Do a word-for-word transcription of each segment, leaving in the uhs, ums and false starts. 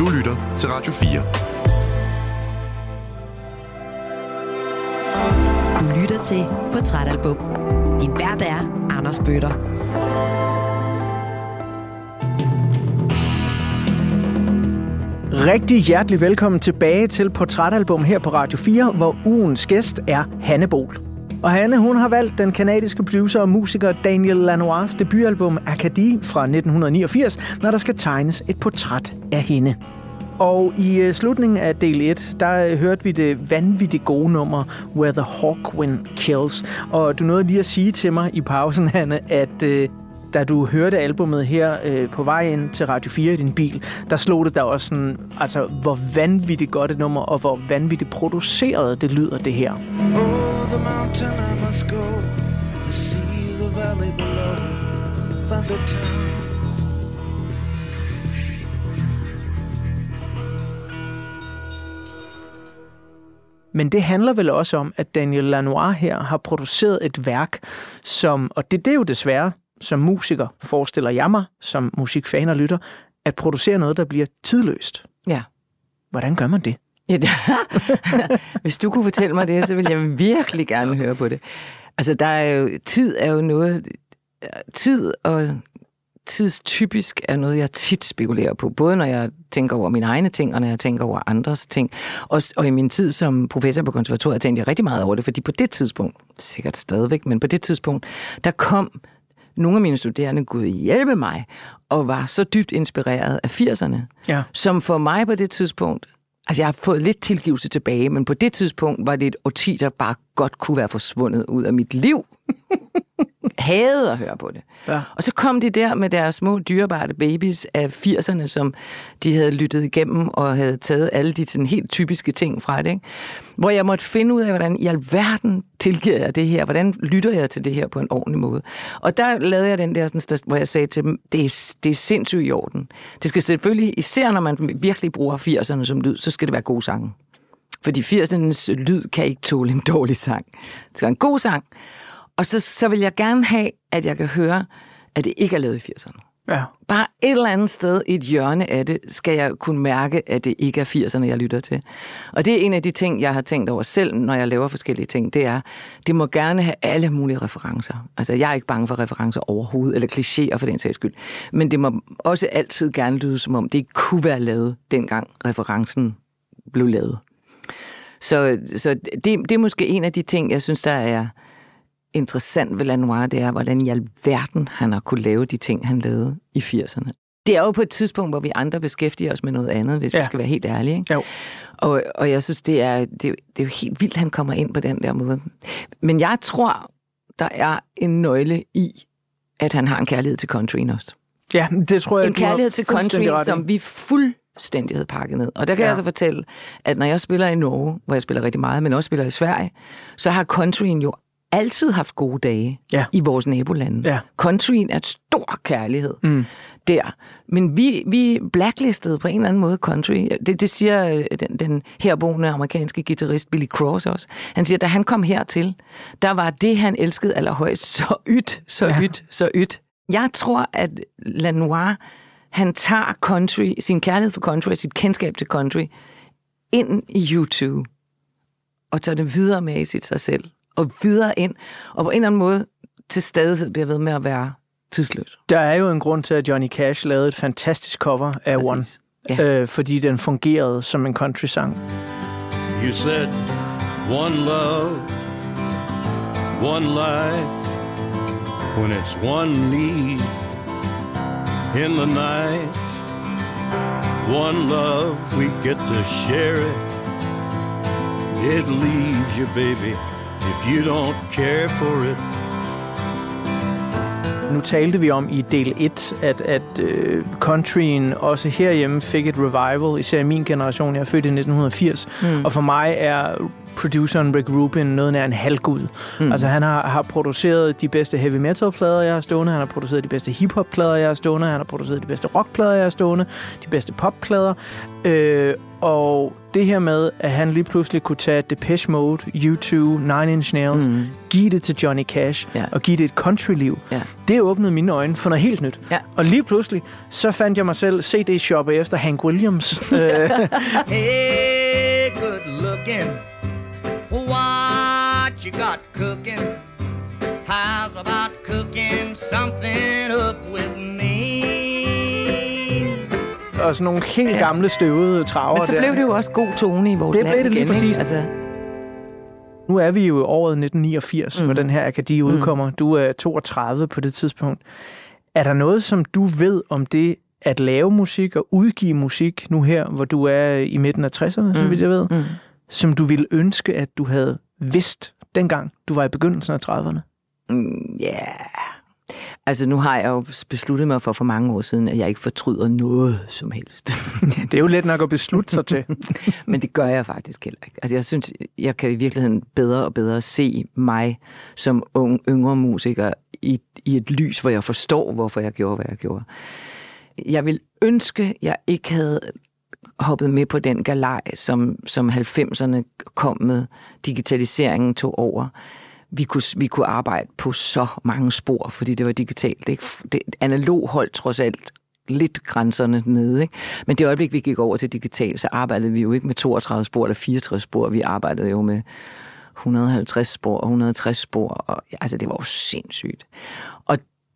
Du lytter til Radio fire. Du lytter til Portrætalbum. Din vært er Anders Bøtter. Rigtig hjertelig velkommen tilbage til Portrætalbum her på Radio fire, hvor ugens gæst er Hanne Bol. Og Hanne, hun har valgt den kanadiske producer og musiker Daniel Lanois debutalbum Acadie fra nitten niogfirs, når der skal tegnes et portræt af hende. Og i uh, slutningen af del et, der uh, hørte vi det vanvittigt gode nummer Where the Hawkwind Kills. Og du nåede lige at sige til mig i pausen, Hanne, at uh, da du hørte albumet her uh, på vej ind til Radio fire i din bil, der slog det der også sådan, altså hvor vanvittigt godt et nummer, og hvor vanvittigt produceret det lyder, det her. Oh, the mountain I must go to see the valley below, Thunder Town. Men det handler vel også om, at Daniel Lanois her har produceret et værk, som, og det, det er jo desværre, som musiker forestiller jeg mig, som musikfan og lytter, at producere noget, der bliver tidløst. Ja. Hvordan gør man det? Ja, det hvis du kunne fortælle mig det, så ville jeg virkelig gerne høre på det. Altså, der er jo, tid er jo noget, tid og tidstypisk er noget, jeg tit spekulerer på, både når jeg tænker over mine egne ting, og når jeg tænker over andres ting. Og, og i min tid som professor på konservatoriet, tænkte jeg rigtig meget over det, fordi på det tidspunkt, sikkert stadigvæk, men på det tidspunkt, der kom nogle af mine studerende, Gud hjælpe mig, og var så dybt inspireret af firserne, ja. Som for mig på det tidspunkt, altså jeg har fået lidt tilgivelse tilbage, men på det tidspunkt var det et årti, der bare godt kunne være forsvundet ud af mit liv. Havde at høre på det. Ja. Og så kom de der med deres små dyrebare babies af firserne, som de havde lyttet igennem og havde taget alle de sådan helt typiske ting fra det. Ikke? Hvor jeg måtte finde ud af, hvordan i alverden tilgiver jeg det her? Hvordan lytter jeg til det her på en ordentlig måde? Og der lavede jeg den der, sådan, hvor jeg sagde til dem, det er, det er sindssygt i orden. Det skal selvfølgelig, især når man virkelig bruger firserne som lyd, så skal det være gode sange. Fordi firsernes lyd kan ikke tåle en dårlig sang. Det skal være en god sang. Og så, så vil jeg gerne have, at jeg kan høre, at det ikke er lavet i firserne. Ja. Bare et eller andet sted i et hjørne af det, skal jeg kunne mærke, at det ikke er firserne, jeg lytter til. Og det er en af de ting, jeg har tænkt over selv, når jeg laver forskellige ting, det er, det må gerne have alle mulige referencer. Altså, jeg er ikke bange for referencer overhovedet, eller klichéer for den sags skyld. Men det må også altid gerne lyde, som om det ikke kunne være lavet, dengang referencen blev lavet. Så, så det, det er måske en af de ting, jeg synes, der er interessant ved Lanois, det er, hvordan i alverden han har kunne lave de ting, han lavede i firserne. Det er jo på et tidspunkt, hvor vi andre beskæftiger os med noget andet, hvis ja. vi skal være helt ærlige. Ikke? Jo. Og, og jeg synes, det er, det, det er jo helt vildt, han kommer ind på den der måde. Men jeg tror, der er en nøgle i, at han har en kærlighed til countryen også. Ja, det tror jeg, en kærlighed til countryen, som vi fuldstændig havde pakket ned. Og der kan ja. jeg så fortælle, at når jeg spiller i Norge, hvor jeg spiller rigtig meget, men også spiller i Sverige, så har countryen jo altid haft gode dage ja. i vores nabolande. Ja. Countryen er et stor kærlighed mm. der. Men vi, vi blacklistede på en eller anden måde country. Det, det siger den, den herboende amerikanske guitarist Billy Cross også. Han siger, da han kom hertil, der var det, han elskede allerhøjst, så ydt, så ja. ydt, så ydt. Jeg tror, at Lanois, han tager country, sin kærlighed for country og sit kendskab til country ind i YouTube og tager det videre med i sit sig selv. Og videre ind, og på en eller anden måde til stadighed bliver ved med at være tidsløs. Der er jo en grund til, at Johnny Cash lavede et fantastisk cover af Præcis. One, ja. øh, fordi den fungerede som en country-sang. You said one love, one life, when it's one need in the night, one love, we get to share it, it leaves you, baby, if you don't care for it. Nu talte vi om i del et, at, at øh, countryen også herhjemme fik et revival, især i min generation. Jeg er født i nitten firs, mm. og for mig er produceren Rick Rubin noget nær en halvgud. Mm. Altså han har, har produceret de bedste heavy metal plader, jeg har stående. Han har produceret de bedste hip-hop plader, jeg har stående. Han har produceret de bedste rockplader, jeg har stående. De bedste popplader. Øh, og det her med, at han lige pludselig kunne tage Depeche Mode, U to, Nine Inch Nails, mm. give det til Johnny Cash ja. og give det et countryliv. Ja. Det åbnede mine øjne for noget helt nyt. Ja. Og lige pludselig, så fandt jeg mig selv C D-shoppe efter Hank Williams. Hey, good looking. What you got cooking? How's about cooking something up with me? Og sådan nogle helt gamle støvede traver. Men så blev der. det jo også god tone i vores det land blev det lige igen, præcis. Altså. Nu er vi jo i året nitten niogfirs, mm. hvor den her Akadie udkommer. Mm. Du er toogtredive på det tidspunkt. Er der noget, som du ved om det at lave musik og udgive musik nu her, hvor du er i midten af tresserne, mm. så vidt jeg ved, mm. som du ville ønske, at du havde vidst dengang, du var i begyndelsen af trediverne? Ja... Mm, yeah. Altså, nu har jeg jo besluttet mig for for mange år siden, at jeg ikke fortryder noget som helst. Det er jo let nok at beslutte sig til. Men det gør jeg faktisk heller ikke. Altså, jeg synes, jeg kan i virkeligheden bedre og bedre se mig som ung, yngre musiker i, i et lys, hvor jeg forstår, hvorfor jeg gjorde, hvad jeg gjorde. Jeg vil ønske, jeg ikke havde hoppet med på den galej, som, som halvfemserne kom med. Digitaliseringen tog over. Vi kunne, vi kunne arbejde på så mange spor, fordi det var digitalt. Ikke? Det, analog holdt trods alt lidt grænserne nede. Ikke? Men det øjeblik, vi gik over til digital, så arbejdede vi jo ikke med toogtredive spor eller fireogtres spor. Vi arbejdede jo med et hundrede og halvtreds spor og et hundrede og tres spor. Og, altså, det var jo sindssygt. Og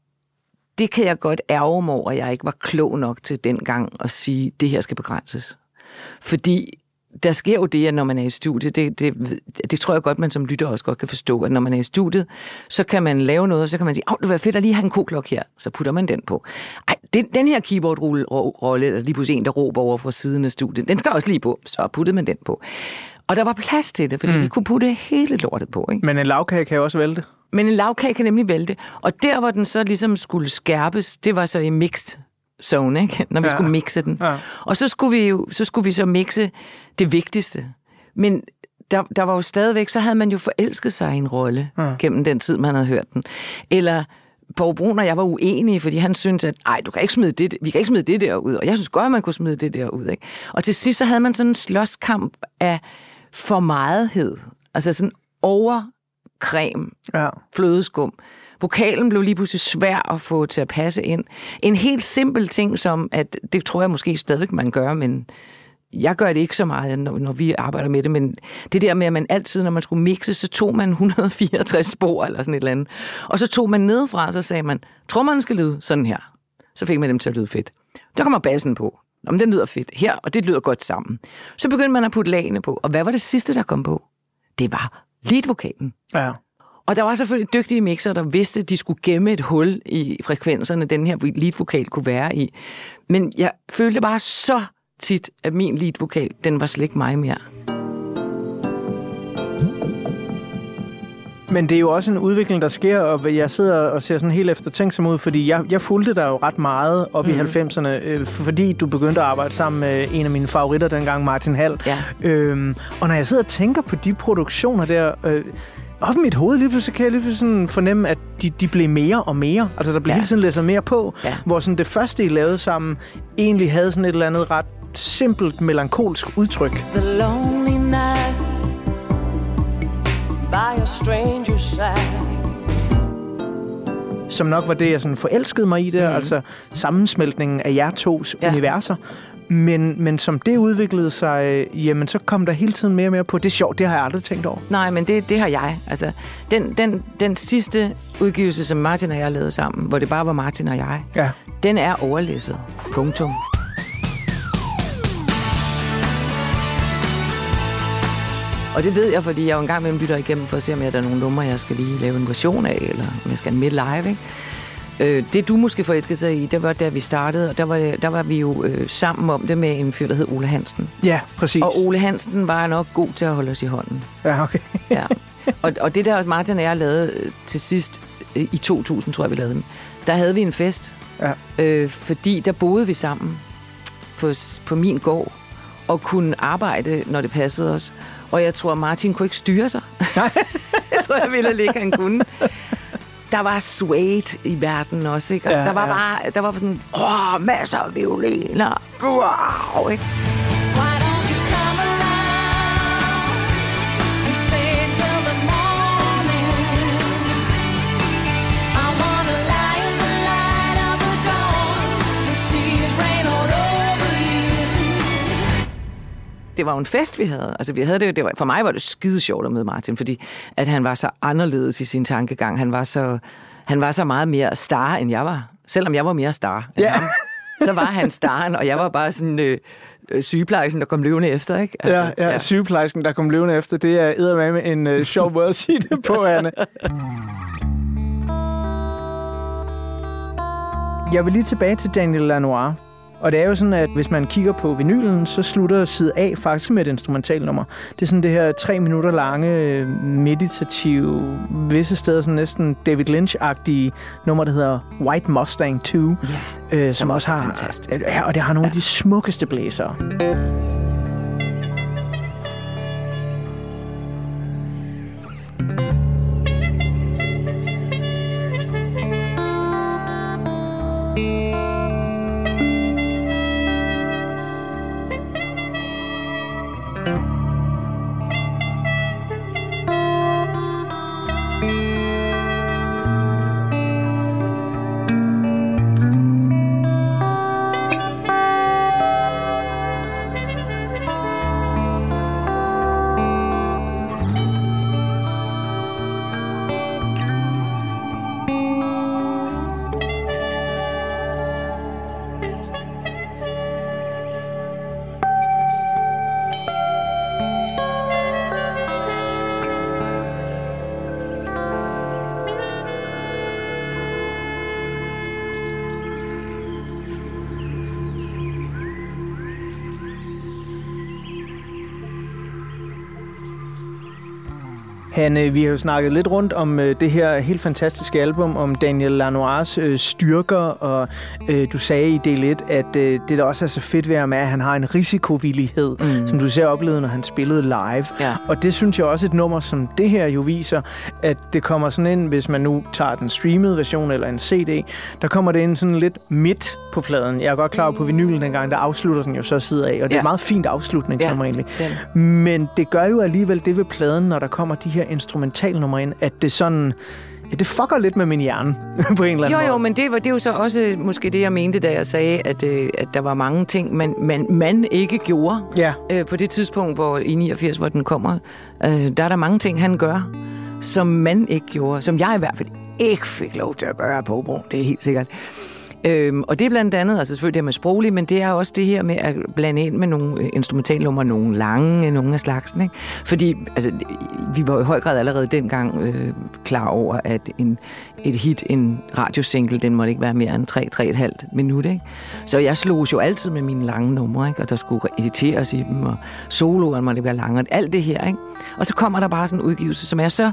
det kan jeg godt ærge mig over, at jeg ikke var klog nok til dengang at sige, at det her skal begrænses. Fordi der sker jo det, at når man er i studiet, det, det, det tror jeg godt, man som lytter også godt kan forstå, at når man er i studiet, så kan man lave noget, og så kan man sige, åh, det var fedt at lige have en koklok her, så putter man den på. Ej, den, den her keyboard-rolle, eller lige pludselig en, der råber over fra siden af studiet, den skal også lige på, så puttede man den på. Og der var plads til det, fordi mm. vi kunne putte hele lortet på. Ikke? Men en lavkage kan jo også vælte. Men en lavkage kan nemlig vælte. Og der, hvor den så ligesom skulle skærpes, det var så i mixed zone, ikke? Når vi ja. skulle mixe den. Ja. Og så skulle vi jo så, skulle vi så mixe det vigtigste. Men der, der var jo stadigvæk, så havde man jo forelsket sig i en rolle ja. gennem den tid, man havde hørt den. Eller Poul Brun og jeg var uenige, fordi han syntes, at ej, du kan ikke smide det, vi kan ikke smide det der ud. Og jeg synes godt, at man kunne smide det der ud. Ikke? Og til sidst, så havde man sådan en slåskamp af for mighthed. Altså sådan overcreme, ja. flødeskum. Vokalen blev lige pludselig svær at få til at passe ind. En helt simpel ting som, at det tror jeg måske stadigvæk, man gør, men jeg gør det ikke så meget, når, når vi arbejder med det, men det der med, at man altid, når man skulle mixe, så tog man et hundrede og fireogtres spor eller sådan et eller andet. Og så tog man nedefra, og så sagde man, tror man skal lyde sådan her. Så fik man dem til at lyde fedt. Der kommer bassen på. Om den lyder fedt her, og det lyder godt sammen. Så begyndte man at putte lagene på. Og hvad var det sidste, der kom på? Det var leadvokalen. Ja. Og der var selvfølgelig dygtige mixer, der vidste, at de skulle gemme et hul i frekvenserne, den her leadvokal kunne være i. Men jeg følte bare så tit, at min leadvokal, den var slet ikke mig mere. Men det er jo også en udvikling, der sker, og jeg sidder og ser sådan helt eftertænksom ud, fordi jeg, jeg fulgte dig jo ret meget op mm. i halvfemserne, øh, fordi du begyndte at arbejde sammen med en af mine favoritter dengang, Martin Hall. Ja. Øhm, og når jeg sidder og tænker på de produktioner der, øh, op i mit hoved lige pludselig kan jeg lige pludselig sådan fornemme, at de, de blev mere og mere. Altså der blev ja. hele tiden læsset mere på, ja. hvor sådan det første, I lavede sammen, egentlig havde sådan et eller andet ret simpelt, melankolsk udtryk. The lonely nights by a stranger's side. Som nok var det, jeg sådan forelskede mig i der, mm. altså sammensmeltningen af jer tos ja. universer. Men, men som det udviklede sig, jamen så kom der hele tiden mere og mere på. Det er sjovt, det har jeg aldrig tænkt over. Nej, men det, det har jeg. Altså, den, den, den sidste udgivelse, som Martin og jeg lavede sammen, hvor det bare var Martin og jeg, ja. den er overlæsset. Punktum. Og det ved jeg, fordi jeg jo engang mellem lytter igennem for at se, om jeg der er nogle numre, jeg skal lige lave en version af, eller om jeg skal have med live, ikke? Øh, det du måske forelskede sig i, det var da vi startede, og der var, der var vi jo øh, sammen om det med en fyr, der hed Ole Hansen. Ja, præcis. Og Ole Hansen var nok god til at holde os i hånden. Ja, okay. ja. Og, og det der Martin og jeg lavede til sidst, øh, i to tusind tror jeg vi lavede den, der havde vi en fest, ja. øh, fordi der boede vi sammen på, på min gård, og kunne arbejde, når det passede os. Og jeg tror, Martin kunne ikke styre sig. Jeg tror, jeg ville ikke, han kunne. Der var Suede i verden også, ikke? Altså, Ja, der var ja. bare, der var sådan, åh, masser af violiner. Wow, ikke? Why don't you come around and stay till the morning? I wanna lie in the light of the dawn and see it rain all over you. Det var jo en fest, vi havde. Altså, vi havde det, det var, for mig var det skide sjovt at møde Martin, fordi at han var så anderledes i sin tankegang. Han var så, han var så meget mere star, end jeg var. Selvom jeg var mere star end Ja. ham, så var han staren, og jeg var bare sådan øh, øh, sygeplejersken, der kom løvende efter, ikke? Ja, ja, ja, sygeplejersken, der kom løvende efter, det er eddermame en uh, sjov måde at sige det på, Anne. Jeg vil lige tilbage til Daniel Lanois. Og det er jo sådan, at hvis man kigger på vinylen, så slutter side A faktisk med et instrumentalnummer. Det er sådan det her tre minutter lange, meditative, visse steder sådan næsten David Lynch-agtige nummer, der hedder White Mustang to, Ja, øh, som også har, fantastisk. ja, og det har nogle ja. af de smukkeste blæsere. Hanne, vi har jo snakket lidt rundt om øh, det her helt fantastiske album, om Daniel Lanois øh, styrker, og øh, du sagde i del et, at øh, det der også er så fedt ved ham er, at han har en risikovillighed, mm. som du ser oplevet, når han spillede live. Ja. Og det synes jeg også et nummer som det her jo viser, at det kommer sådan ind, hvis man nu tager den streamede version eller en C D, der kommer det ind sådan lidt midt på pladen. Jeg er godt klar over på vinylen dengang, der afslutter den jo så side af, og det er Ja. et meget fint afslutningsnummer Ja, egentlig. den. Men det gør jo alligevel det ved pladen, når der kommer de her instrumentalnumre ind, at det sådan... Ja, det fucker lidt med min hjerne på en eller anden Jo, måde. jo, men det var det er jo så også måske det, jeg mente, da jeg sagde, at, øh, at der var mange ting, man, man, man ikke gjorde Ja. øh, på det tidspunkt, hvor i niogfirs, hvor den kommer. Øh, der er der mange ting, han gør, som man ikke gjorde, som jeg i hvert fald ikke fik lov til at gøre på Bro. Det er helt sikkert. Øhm, og det er blandt andet, altså selvfølgelig det med sproglig, men det er også det her med at blande ind med nogle instrumentalnummer, nogle lange, nogle af slagsen, ikke? Fordi altså, vi var i høj grad allerede dengang øh, klar over, at en, et hit, en radiosingle, den måtte ikke være mere end tre til tre komma fem minut, ikke? Så jeg slog jo altid med mine lange numre, ikke? Og der skulle editeres i dem, og soloerne måtte være lange, og alt det her, ikke? Og så kommer der bare sådan en udgivelse, som er så,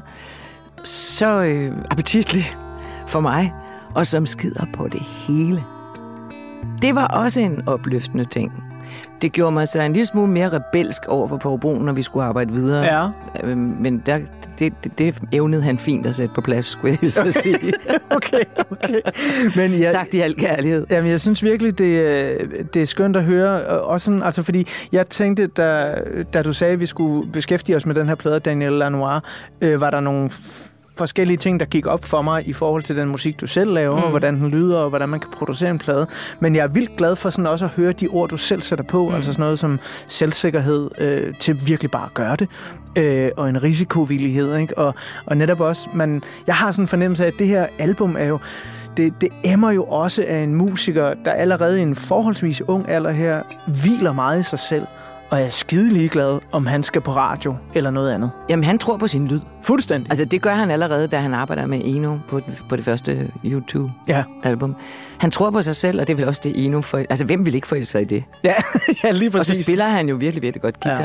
så øh, appetitlig for mig, og som skider på det hele. Det var også en opløftende ting. Det gjorde mig så en lille smule mere rebelsk over for Paul Bruun, når vi skulle arbejde videre. Ja. Men der, det, det, det evnede han fint at sætte på plads, skulle jeg så sige. okay, okay. Men jeg, Sagt i al kærlighed. Jamen, jeg synes virkelig, det, det er skønt at høre. Også sådan, altså, fordi jeg tænkte, da, da du sagde, at vi skulle beskæftige os med den her plade, Daniel Lanois, øh, var der nogle forskellige ting, der gik op for mig i forhold til den musik, du selv laver, mm. og hvordan den lyder, og hvordan man kan producere en plade. Men jeg er vildt glad for sådan også at høre de ord, du selv sætter på, mm. altså sådan noget som selvsikkerhed øh, til virkelig bare at gøre det, øh, og en risikovillighed, ikke? Og, og netop også, man, jeg har sådan en fornemmelse af, at det her album er jo, det, det emmer jo også af en musiker, der allerede i en forholdsvis ung alder her, hviler meget i sig selv, og jeg er skide ligeglad, om han skal på radio eller noget andet. Jamen, han tror på sin lyd. Fuldstændig. Altså, det gør han allerede, da han arbejder med Eno på, på det første YouTube-album. Ja. Han tror på sig selv, og det er vel også det Eno for... Altså, hvem vil ikke forelske sig i det? Ja, ja, lige præcis. Og så spiller han jo virkelig, virkelig godt guitar. Ja.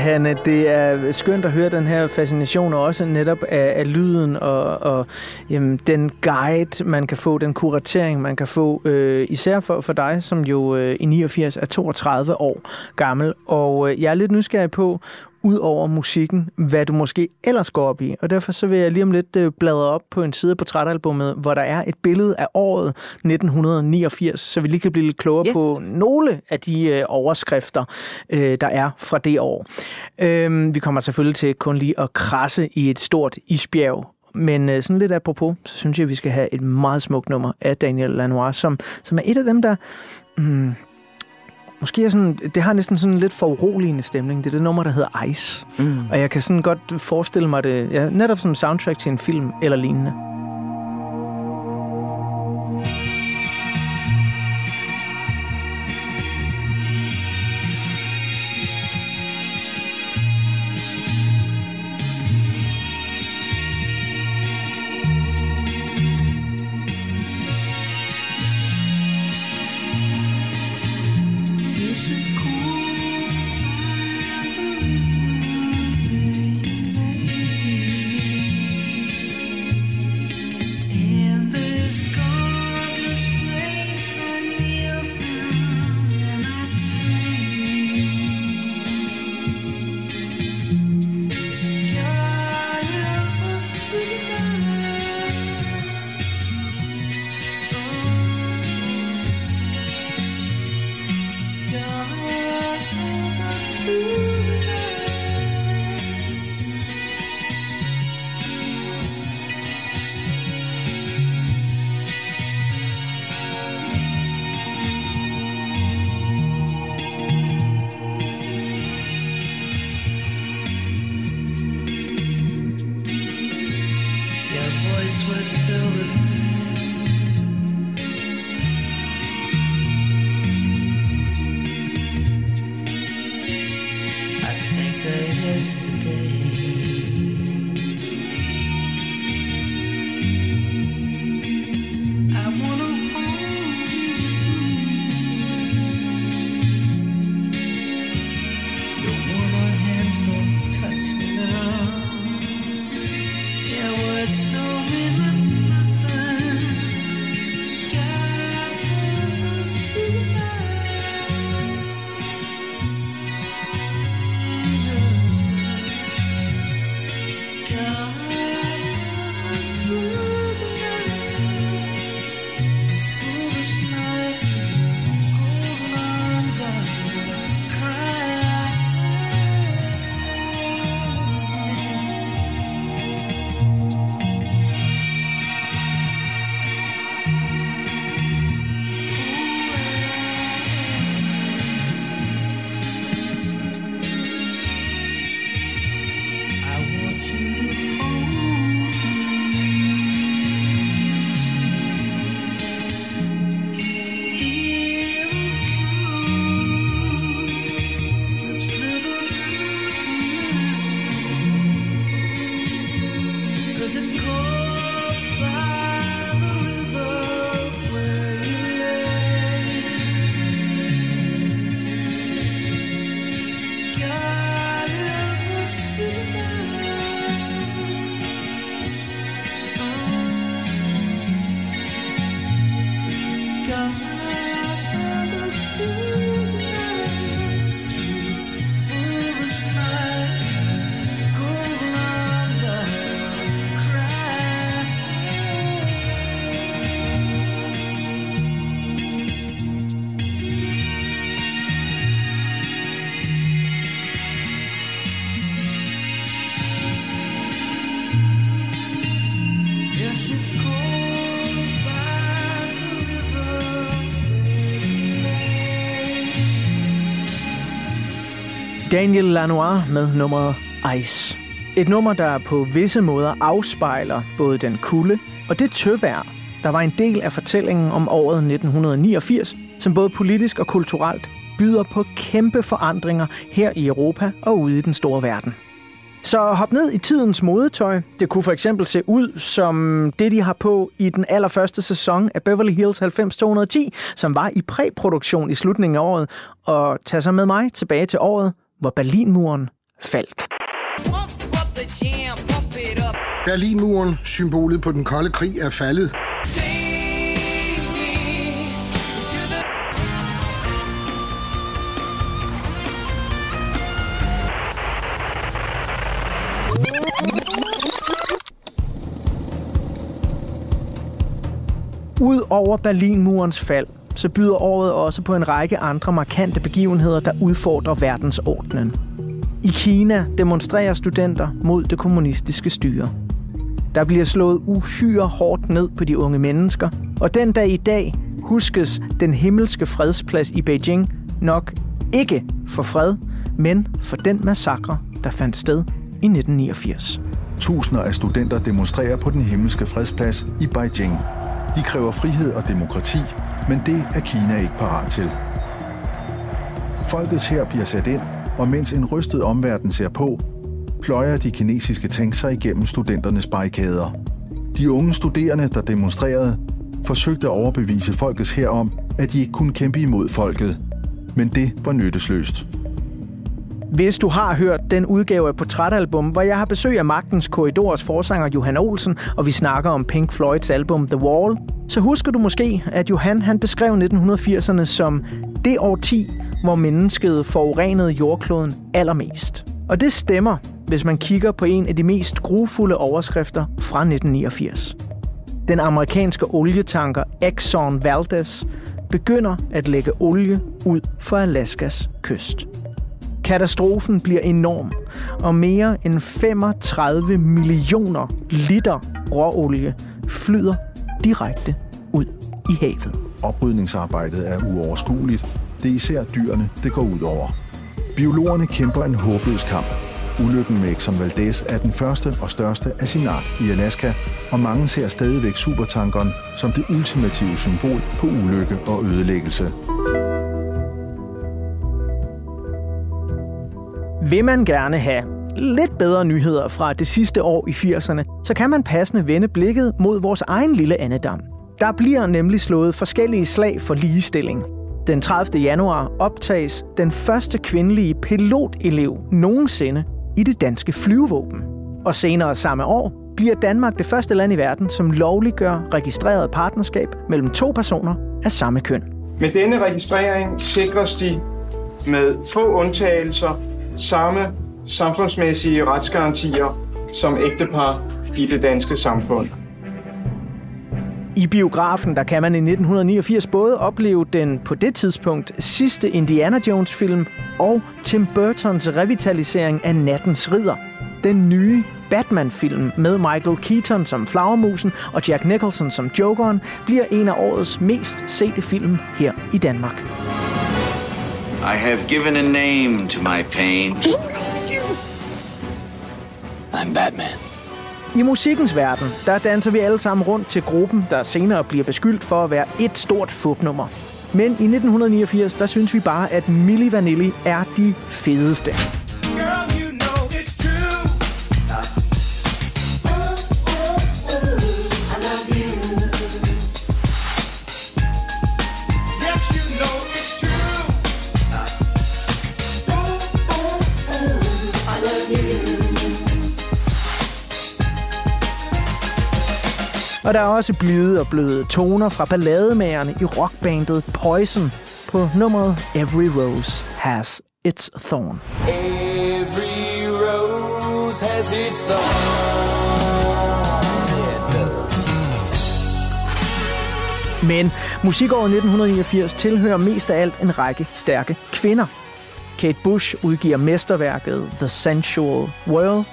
Hanne. Det er skønt at høre den her fascination, og også netop af, af lyden og, og jamen, den guide, man kan få, den kuratering, man kan få, øh, især for, for dig, som jo øh, i niogfirs er toogtredive år gammel. Og øh, jeg er lidt nysgerrig på, ud over musikken, hvad du måske ellers går op i. Og derfor så vil jeg lige om lidt øh, bladre op på en side af portrætalbummet, hvor der er et billede af året nitten niogfirs, så vi lige kan blive lidt klogere yes. på nogle af de øh, overskrifter, øh, der er fra det år. Øh, vi kommer selvfølgelig til kun lige at krasse i et stort isbjerg. Men øh, sådan lidt apropos, så synes jeg, at vi skal have et meget smukt nummer af Daniel Lanois, som, som er et af dem, der... Mm, Måske er sådan, det har næsten sådan en lidt foruroligende stemning. Det er det nummer, der hedder Ice. Mm. Og jeg kan sådan godt forestille mig det, ja, netop som soundtrack til en film eller lignende. Yes, it's cool by the river where you lay. In this godless place I kneel down and I pray. God help us through the night. God help us through the night. Your voice would fill the night. I think of yesterday. I wanna hold you. Your worn-out hands don't touch me now. Your words don't mean nothing. God help us through the night. God help us through the night. This foolish night, golden arms, I wanna cry. I want you to hold me. Feel cool slips through the darkness. 'Cause it's cold by the river where you lay. God help us through the night. God help us through the night. Through this foolish night, golden arms, I wanna cry. Yes, it's cold by the river where you lay. Daniel Lanois med nummeret Ice. Et nummer, der på visse måder afspejler både den kulde og det tøvejr, der var en del af fortællingen om året nitten niogfirs, som både politisk og kulturelt byder på kæmpe forandringer her i Europa og ude i den store verden. Så hop ned i tidens modetøj. Det kunne for eksempel se ud som det, de har på i den allerførste sæson af Beverly Hills halvfems to hundrede og ti, som var i præproduktion i slutningen af året, og tag så med mig tilbage til året, hvor Berlinmuren faldt. Berlinmuren, symbolet på den kolde krig, er faldet. Ud over Berlinmurens fald, så byder året også på en række andre markante begivenheder, der udfordrer verdensordenen. I Kina demonstrerer studenter mod det kommunistiske styre. Der bliver slået uhyre hårdt ned på de unge mennesker, og den dag i dag huskes den himmelske fredsplads i Beijing nok ikke for fred, men for den massakre, der fandt sted i nitten niogfirs. Tusinder af studenter demonstrerer på den himmelske fredsplads i Beijing. De kræver frihed og demokrati, men det er Kina ikke parat til. Folkets hær bliver sat ind, og mens en rystet omverden ser på, pløjer de kinesiske tanks sig igennem studenternes barrikader. De unge studerende, der demonstrerede, forsøgte at overbevise folkets hær om, at de ikke kunne kæmpe imod folket. Men det var nyttesløst. Hvis du har hørt den udgave af Portrætalbum, hvor jeg har besøg af Magtens Korridors forsanger Johan Olsen, og vi snakker om Pink Floyds album The Wall, så husker du måske, at Johan han beskrev nitten firserne som det årti, hvor mennesket forurenede jordkloden allermest. Og det stemmer, hvis man kigger på en af de mest grufulde overskrifter fra nitten niogfirs. Den amerikanske olietanker Exxon Valdez begynder at lægge olie ud for Alaskas kyst. Katastrofen bliver enorm, og mere end femogtredive millioner liter råolie flyder direkte ud i havet. Oprydningsarbejdet er uoverskueligt. Det er især dyrene, det går ud over. Biologerne kæmper en håbløs kamp. Ulykken med Exxon Valdez er den første og største af sin art i Alaska, og mange ser stadigvæk supertankeren som det ultimative symbol på ulykke og ødelæggelse. Vil man gerne have lidt bedre nyheder fra det sidste år i firserne, så kan man passende vende blikket mod vores egen lille andedam. Der bliver nemlig slået forskellige slag for ligestilling. Den tredivte januar optages den første kvindelige pilotelev nogensinde i det danske flyvevåben. Og senere samme år bliver Danmark det første land i verden, som lovliggør registreret partnerskab mellem to personer af samme køn. Med denne registrering sikres de med få undtagelser samme samfundsmæssige retsgarantier som ægtepar i det danske samfund. I biografen der kan man i nitten niogfirs både opleve den på det tidspunkt sidste Indiana Jones-film og Tim Burtons revitalisering af Nattens Ridder. Den nye Batman-film med Michael Keaton som Flagermusen og Jack Nicholson som Jokeren bliver en af årets mest sete film her i Danmark. I have given a name to my pain. I'm Batman. I musikkens verden, der danser vi alle sammen rundt til gruppen, der senere bliver beskyldt for at være et stort fupnummer. Men i nitten niogfirs, der synes vi bare, at Milli Vanilli er de fedeste. Og der er også blide og bløde toner fra ballademagerne i rockbandet Poison på nummeret Every Rose Has Its Thorn. Every rose has its thorn. Men musikåret nitten niogfirs tilhører mest af alt en række stærke kvinder. Kate Bush udgiver mesterværket The Sensual World.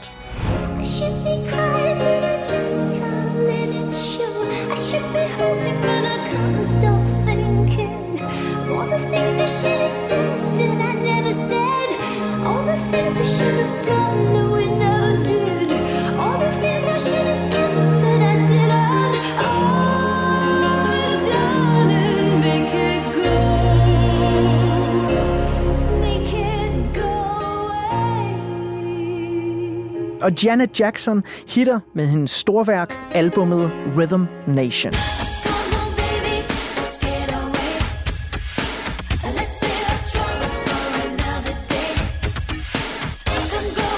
Og Janet Jackson hitter med hendes storværk, albummet Rhythm Nation. Let's say I try for another day.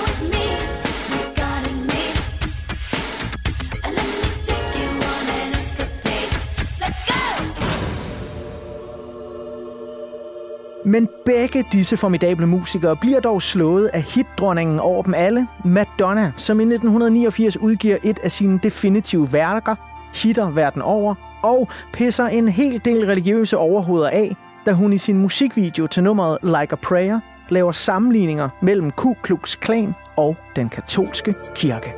Men begge disse formidable musikere bliver dog slået af hitdronningen over dem alle, Madonna, som i nitten niogfirs udgiver et af sine definitive værker, hitter verden over, og pisser en hel del religiøse overhoveder af, da hun i sin musikvideo til nummeret Like a Prayer laver sammenligninger mellem Ku Klux Klan og den katolske kirke.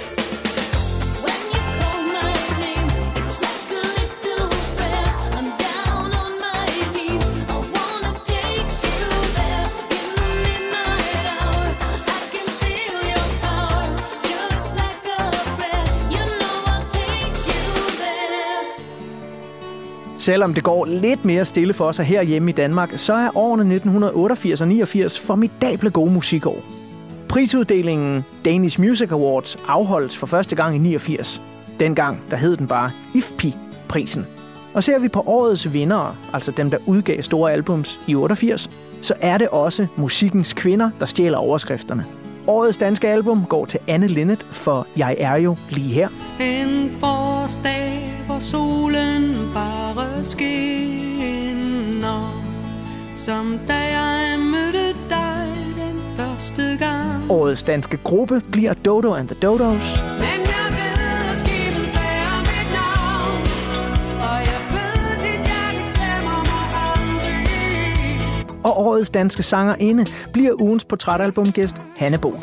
Selvom det går lidt mere stille for os herhjemme i Danmark, så er årene nitten otteogfirs og niogfirs formidable gode musikår. Prisuddelingen Danish Music Awards afholdes for første gang i niogfirs. Dengang der hed den bare I F P I-prisen. Og ser vi på årets vindere, altså dem der udgav store albums i otteogfirs, så er det også musikkens kvinder, der stjæler overskrifterne. Årets danske album går til Anne Linnet for Jeg er jo lige her. En forårsdag, hvor solen bare skinner, som da jeg mødte dig den første gang. Årets danske gruppe bliver Dodo and the Dodos. Men jeg ved, at skibet bærer mit navn, og jeg ved, dit hjerte glemmer mig aldrig. Og årets danske sangerinde bliver ugens portrætalbumgæst Hanne Bol.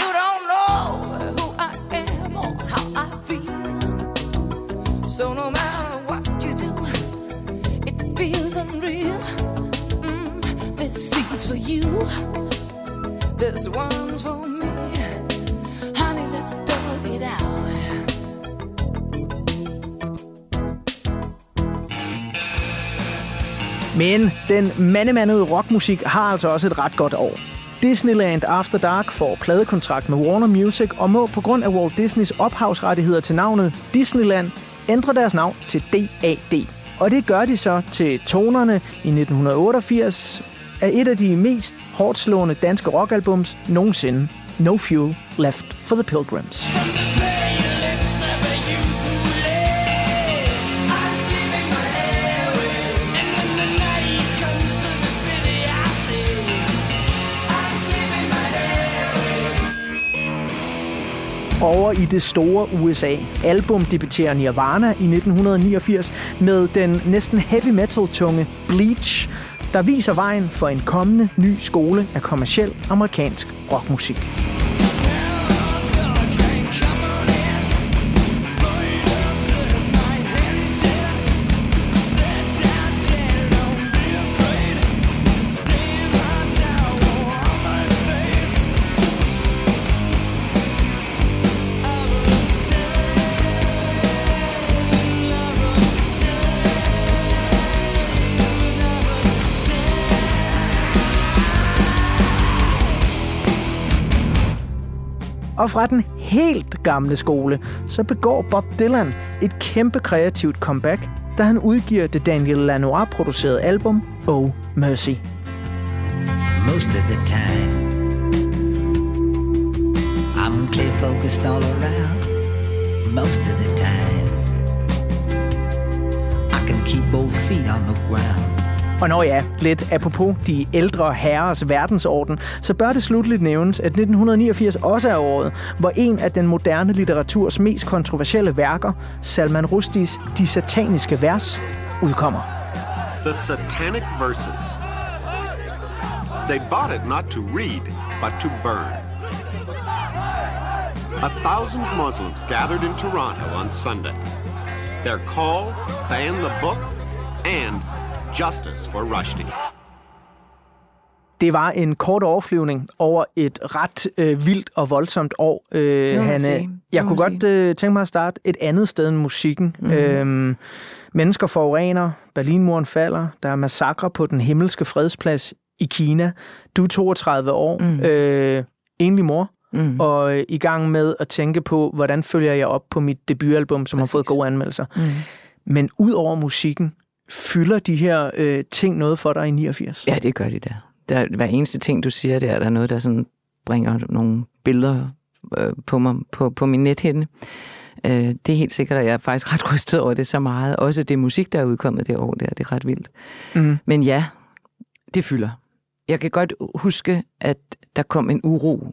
So no matter what you do, it feels unreal. Mm, this seat's for you, this one's for me. Honey, let's talk it out. Men den mandemandede rockmusik har altså også et ret godt år. Disneyland After Dark får pladekontrakt med Warner Music og må på grund af Walt Disneys ophavsrettigheder til navnet Disneyland ændrer deres navn til D A D. Og det gør de så til tonerne i nitten otteogfirs af et af de mest hårdslående danske rockalbums nogensinde, No Fuel Left for the Pilgrims. Over i det store U S A. Album debuterer Nirvana i nitten niogfirs med den næsten heavy metal-tunge Bleach, der viser vejen for en kommende ny skole af kommerciel amerikansk rockmusik. Og fra den helt gamle skole, så begår Bob Dylan et kæmpe kreativt comeback, da han udgiver det Daniel Lanois-producerede album Oh Mercy. Most of the time I'm clear focused all around. Most of the time I can keep both feet on the ground. Og når ja, lidt apropos de ældre herres verdensorden, så bør det slutligt nævnes, at nitten niogfirs også er året, hvor en af den moderne litteraturs mest kontroversielle værker, Salman Rushdies De sataniske vers, udkommer. The Satanic Verses. They bought it not to read, but to burn. A thousand Muslims gathered in Toronto on Sunday. Their call, ban the book, and justice for Rushdie. Det var en kort overflyvning over et ret øh, vildt og voldsomt år, øh, Hanne. Jeg kunne godt øh, tænke mig at starte et andet sted end musikken. Mm. Øhm, mennesker forurener, Berlinmuren falder, der er massakre på den himmelske fredsplads i Kina. Du er toogtredive år, mm. øh, enlig mor, mm. og øh, i gang med at tænke på, hvordan følger jeg op på mit debutalbum, som Præcis. Har fået gode anmeldelser. Mm. Men ud over musikken, fylder de her øh, ting noget for dig i niogfirs? Ja, det gør de der. der hver eneste ting, du siger, der, der er noget, der sådan bringer nogle billeder øh, på mig på, på min nethinde. Øh, det er helt sikkert, at jeg er faktisk ret rystet over det så meget. Også det musik, der er udkommet det år der, det er ret vildt. Mm. Men ja, det fylder. Jeg kan godt huske, at der kom en uro.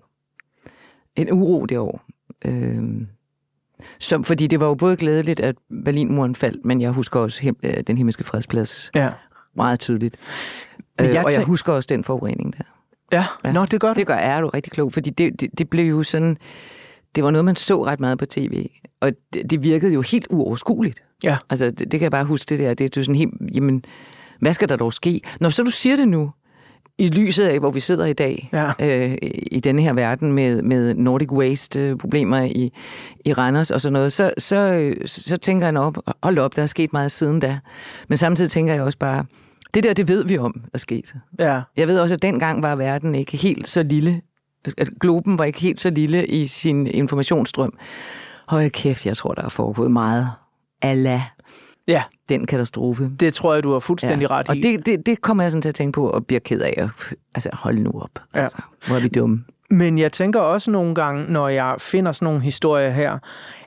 En uro det år. Øhm, som, fordi det var jo både glædeligt, at Berlinmuren faldt, men jeg husker også him, øh, den himmelske fredsplads ja. meget tydeligt. Men jeg øh, og jeg tænk... husker også den forurening der. Ja, ja. Nå, det gør du. Det gør er du rigtig klog, fordi det, det, det blev jo sådan... Det var noget, man så ret meget på tv, og det, det virkede jo helt uoverskueligt. Ja. Altså, det, det kan jeg bare huske det der. Det er jo sådan helt... Jamen, hvad skal der dog ske? Når så du siger det nu, i lyset af, hvor vi sidder i dag, ja. øh, i denne her verden med, med Nordic Waste-problemer i, i Randers og sådan noget, så, så, så tænker jeg nok, hold op, der er sket meget siden da. Men samtidig tænker jeg også bare, det der, det ved vi om, er sket. Ja. Jeg ved også, at dengang var verden ikke helt så lille, at globen var ikke helt så lille i sin informationsstrøm. Hold kæft, jeg tror, der er foregået meget Allah. Ja. Den katastrofe. Det tror jeg, du har fuldstændig ja. ret i. Og det, det, det kommer jeg sådan til at tænke på, og bliver ked af. Altså, hold nu op. Ja. Altså, hvor er vi dumme. Men jeg tænker også nogle gange, når jeg finder sådan nogle historier her,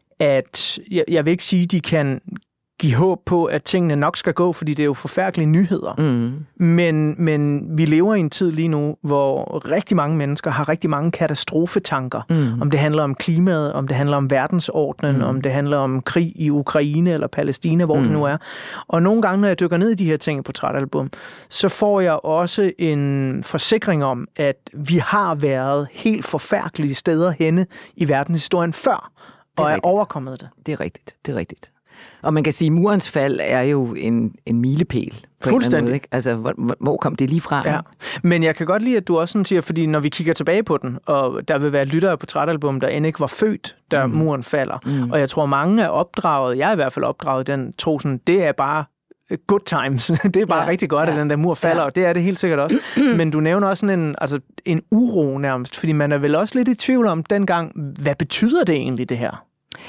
at jeg, jeg vil ikke sige, at de kan give håb på, at tingene nok skal gå, fordi det er jo forfærdelige nyheder. Mm. Men, men vi lever i en tid lige nu, hvor rigtig mange mennesker har rigtig mange katastrofetanker. Mm. Om det handler om klimaet, om det handler om verdensordenen, mm. om det handler om krig i Ukraine eller Palæstina, hvor mm. det nu er. Og nogle gange, når jeg dykker ned i de her ting i Portrætalbum, så får jeg også en forsikring om, at vi har været helt forfærdelige steder henne i verdenshistorien før, og er, er overkommet det. Det er rigtigt, det er rigtigt. Og man kan sige, at murens fald er jo en, en milepæl på en eller anden måde, ikke? Altså, hvor, hvor kom det lige fra? Ja. Men jeg kan godt lide, at du også sådan siger, fordi når vi kigger tilbage på den, og der vil være lyttere på Portrætalbum, der end ikke var født, da mm. muren falder. Mm. Og jeg tror, mange er opdraget, jeg er i hvert fald opdraget, den tro sådan, det er bare good times. Det er bare ja, rigtig godt, ja, at den der mur falder, ja. Og det er det helt sikkert også. Men du nævner også sådan en, altså en uro nærmest, fordi man er vel også lidt i tvivl om dengang, hvad betyder det egentlig, det her?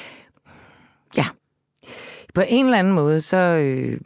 Ja. På en eller anden måde, så, øh,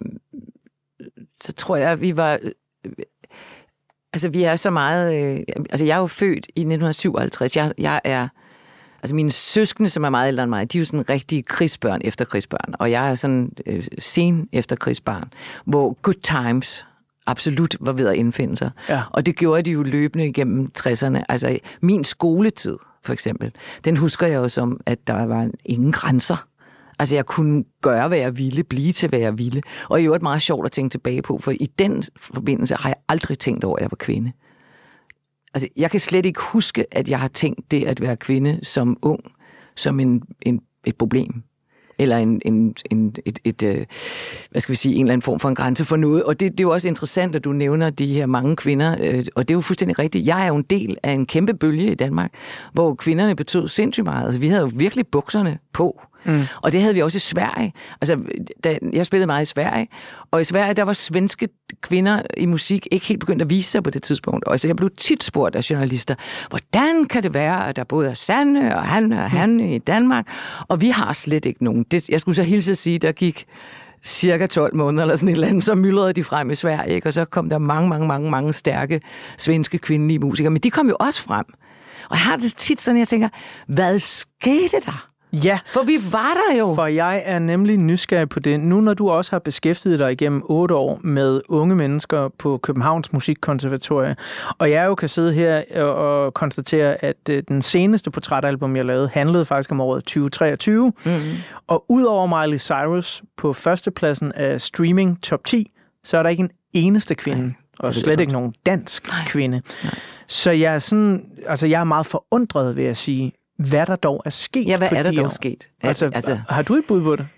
så tror jeg, at vi var... Øh, altså, vi er så meget... Øh, altså, jeg er jo født i nitten syvoghalvtreds. Jeg, jeg er... Altså, mine søskende, som er meget ældre end mig, de er jo sådan rigtige krigsbørn efter krigsbørn. Og jeg er sådan øh, sen efter krigsbarn, hvor good times absolut var ved at indfinde sig. Ja. Og det gjorde de jo løbende igennem tresserne. Altså, min skoletid, for eksempel, den husker jeg jo som, at der var ingen grænser. Altså, jeg kunne gøre, hvad jeg ville, blive til, hvad jeg ville. Og i øvrigt meget sjovt at tænke tilbage på, for i den forbindelse har jeg aldrig tænkt over, at jeg var kvinde. Altså, jeg kan slet ikke huske, at jeg har tænkt det at være kvinde som ung, som en, en, et problem. Eller en, en, en, et, et, et, hvad skal vi sige, en eller anden form for en grænse for noget. Og det, det er jo også interessant, at du nævner de her mange kvinder, og det er jo fuldstændig rigtigt. Jeg er jo en del af en kæmpe bølge i Danmark, hvor kvinderne betød sindssygt meget. Altså, vi havde jo virkelig bukserne på. Mm. Og det havde vi også i Sverige. Altså, da jeg spillede meget i Sverige, og i Sverige, der var svenske kvinder i musik ikke helt begyndt at vise sig på det tidspunkt. Og altså, jeg blev tit spurgt af journalister, hvordan kan det være, at der både er Sanne og Hanne og Hanne mm. i Danmark, og vi har slet ikke nogen. Det, jeg skulle så hilse at sige, der gik cirka tolv måneder eller sådan et eller andet, så myldrede de frem i Sverige, ikke? Og så kom der mange, mange, mange, mange stærke svenske kvindelige musikere. Men de kom jo også frem. Og jeg har det tit sådan, jeg tænker, hvad skete der? Ja, for vi var der jo. For jeg er nemlig nysgerrig på det. Nu når du også har beskæftiget dig igennem otte år med unge mennesker på Københavns Musikkonservatorium, og jeg jo kan sidde her og konstatere, at den seneste portrætalbum, jeg lavede, handlede faktisk om året tyve treogtyve. Mm-hmm. Og udover Miley Cyrus på førstepladsen af streaming top ti, så er der ikke en eneste kvinde. Nej, og slet ikke nogen dansk Nej. kvinde. Nej. Så jeg er sådan, altså jeg er meget forundret, vil jeg sige, hvad der dog er sket. Ja, hvad på er der de dog år. sket? Altså, altså, har du et bud på det?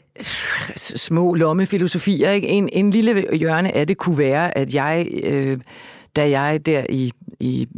Små lommefilosofier, ikke? En, en lille hjørne af det kunne være, at jeg, øh, da jeg der i, i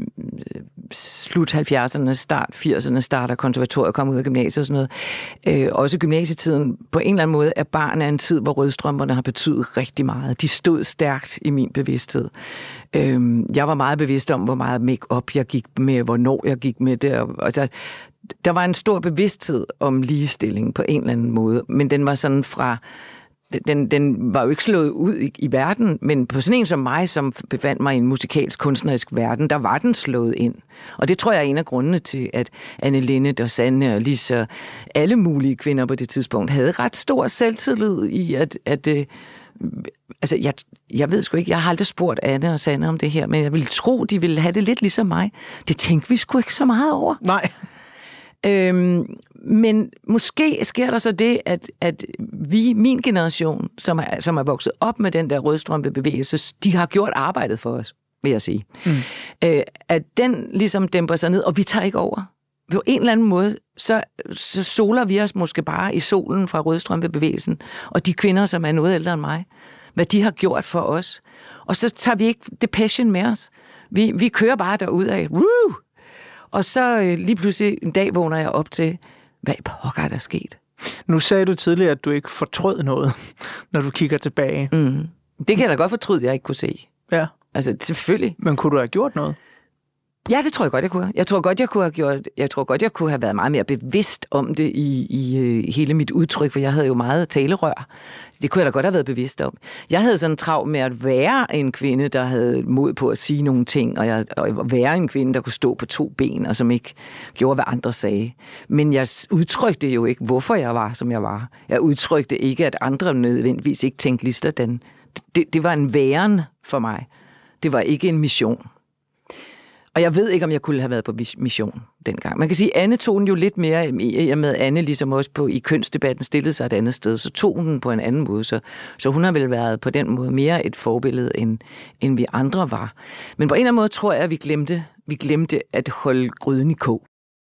slut halvfjerdserne, start firserne, starter konservatoriet og kom ud af gymnasiet og sådan noget, øh, også gymnasietiden, på en eller anden måde er barn af en tid, hvor rødstrømperne har betydet rigtig meget. De stod stærkt i min bevidsthed. Øh, jeg var meget bevidst om, hvor meget make-up jeg gik med, hvornår jeg gik med det, og, altså, der var en stor bevidsthed om ligestilling på en eller anden måde, men den var sådan fra, den, den var jo ikke slået ud i, i verden, men på sådan en som mig, som befandt mig i en musikalsk kunstnerisk verden, der var den slået ind. Og det tror jeg er en af grundene til, at Anne Linnet og Sanne og Lisa, alle mulige kvinder på det tidspunkt, havde ret stor selvtillid i, at, at altså, jeg, jeg ved sgu ikke, jeg har aldrig spurgt Anne og Sanne om det her, men jeg ville tro, de ville have det lidt ligesom mig. Det tænkte vi sgu ikke så meget over. Nej. Øhm, men måske sker der så det, at, at vi, min generation, som er, som er vokset op med den der rødstrømpebevægelse, de har gjort arbejdet for os, vil jeg sige. Mm. Øh, at den ligesom dæmper sig ned, og vi tager ikke over. På en eller anden måde, så, så soler vi os måske bare i solen fra rødstrømpebevægelsen, og de kvinder, som er noget ældre end mig, hvad de har gjort for os. Og så tager vi ikke depression med os. Vi, vi kører bare derudad. Woo! Og så øh, lige pludselig en dag vågner jeg op til, hvad pokker er der sket? Nu sagde du tidligere, at du ikke fortrød noget, når du kigger tilbage. Mm. Det kan jeg da godt fortryde, at jeg ikke kunne se. Ja. Altså, selvfølgelig. Men kunne du have gjort noget? Ja, det tror jeg godt, jeg kunne. Jeg tror godt, jeg kunne have gjort. Jeg tror godt, jeg kunne have været meget mere bevidst om det i, i, i hele mit udtryk, for jeg havde jo meget talerør. Det kunne jeg da godt have været bevidst om. Jeg havde sådan travlt med at være en kvinde, der havde mod på at sige nogle ting, og, jeg, og være en kvinde, der kunne stå på to ben, og som ikke gjorde, hvad andre sagde. Men jeg udtrykte jo ikke, hvorfor jeg var, som jeg var. Jeg udtrykte ikke, at andre nødvendigvis ikke tænkte lige sådan. Det, det var en væren for mig. Det var ikke en mission. Og jeg ved ikke, om jeg kunne have været på mission dengang. Man kan sige, at Anne tog den jo lidt mere, i og med Anne ligesom også på, i kønsdebatten stillede sig et andet sted, så tog hun den på en anden måde. Så, så hun har vel været på den måde mere et forbillede, end, end vi andre var. Men på en eller anden måde tror jeg, at vi glemte, vi glemte at holde gryden i kog.